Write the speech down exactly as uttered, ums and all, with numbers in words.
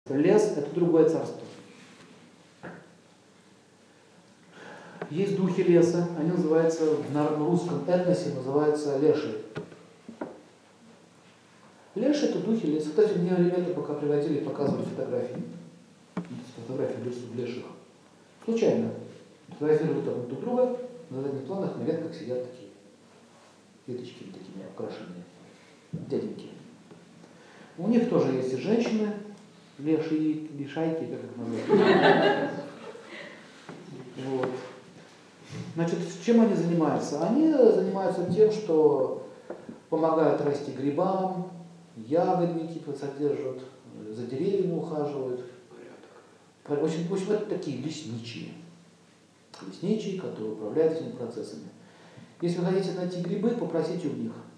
Лес – это другое царство. Есть духи леса, они называются, в русском этносе называются леши. Леши – это духи леса. Кстати, мне ребята пока приводили, показывали фотографии. Фотографии в леших. Случайно. Фотографировали там друг друга, на задних планах на ветках сидят такие веточки такими украшенные, дяденьки. У них тоже есть и женщины, леши, лишайки, как их называют. Вот. Значит, чем они занимаются? Они занимаются тем, что помогают расти грибам, ягодники содержат, за деревьями ухаживают. В общем, в общем, это такие лесничие. Лесничие, которые управляют этими процессами. Если вы хотите найти грибы, попросите у них.